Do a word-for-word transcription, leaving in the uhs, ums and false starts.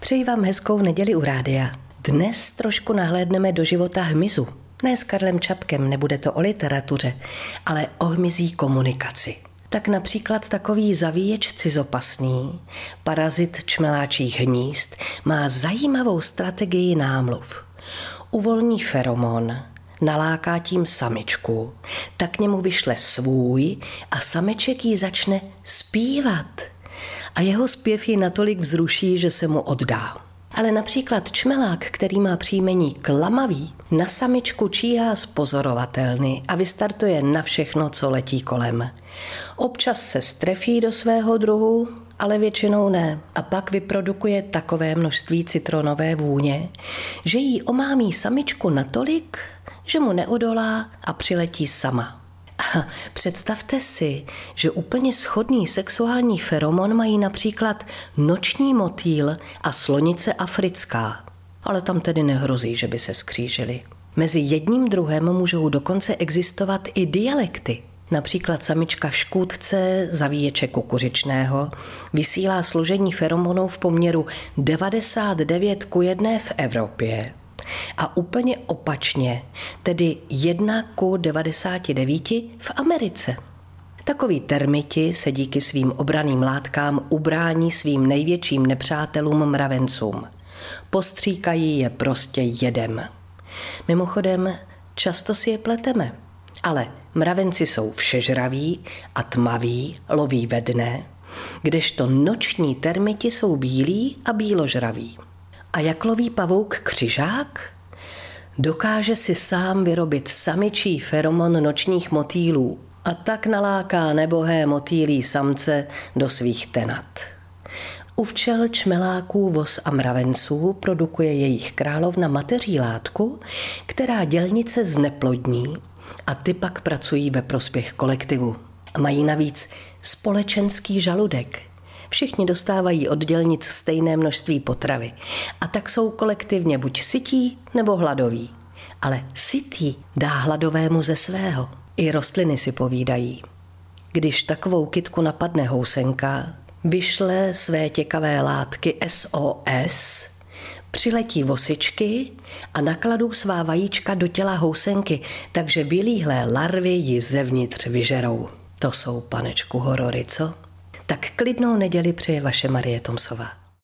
Přeji vám hezkou neděli u rádia. Dnes trošku nahlédneme do života hmyzu. Ne s Karlem Čapkem, nebude to o literatuře, ale o hmyzí komunikaci. Tak například takový zavíječ cizopasný, parazit čmeláčích hnízd, má zajímavou strategii námluv. Uvolní feromon, naláká tím samičku, tak k němu vyšle svůj a sameček jí začne zpívat. A jeho zpěv ji natolik vzruší, že se mu oddá. Ale například čmelák, který má příjmení Klamavý, na samičku číhá spozorovatelny a vystartuje na všechno, co letí kolem. Občas se strefí do svého druhu, ale většinou ne. A pak vyprodukuje takové množství citronové vůně, že jí omámí samičku natolik, že mu neodolá a přiletí sama. A představte si, že úplně shodný sexuální feromon mají například noční motýl a slonice africká. Ale tam tedy nehrozí, že by se skřížili. Mezi jedním druhem můžou dokonce existovat i dialekty. Například samička škůdce zavíječe kukuřičného vysílá složení feromonů v poměru devadesát devět ku jedné v Evropě. A úplně opačně, tedy jedna ku devadesáti devíti v Americe. Takoví termiti se díky svým obranným látkám ubrání svým největším nepřátelům mravencům. Postříkají je prostě jedem. Mimochodem, často si je pleteme, ale mravenci jsou všežraví a tmaví, loví ve dne, kdežto noční termiti jsou bílí a bíložraví. A jak loví pavouk křižák? Dokáže si sám vyrobit samičí feromon nočních motýlů a tak naláká nebohé motýlí samce do svých tenat. U včel, čmeláků, vos a mravenců produkuje jejich královna mateří látku, která dělnice zneplodní a ty pak pracují ve prospěch kolektivu. Mají navíc společenský žaludek. Všichni dostávají od dělnic stejné množství potravy a tak jsou kolektivně buď sytí nebo hladoví. Ale sytý dá hladovému ze svého. I rostliny si povídají. Když takovou kytku napadne housenka, vyšle své těkavé látky S O S, přiletí vosičky a nakladou svá vajíčka do těla housenky, takže vylíhlé larvy ji zevnitř vyžerou. To jsou, panečku, horory, co? Tak klidnou neděli přeje vaše Marie Tomsová.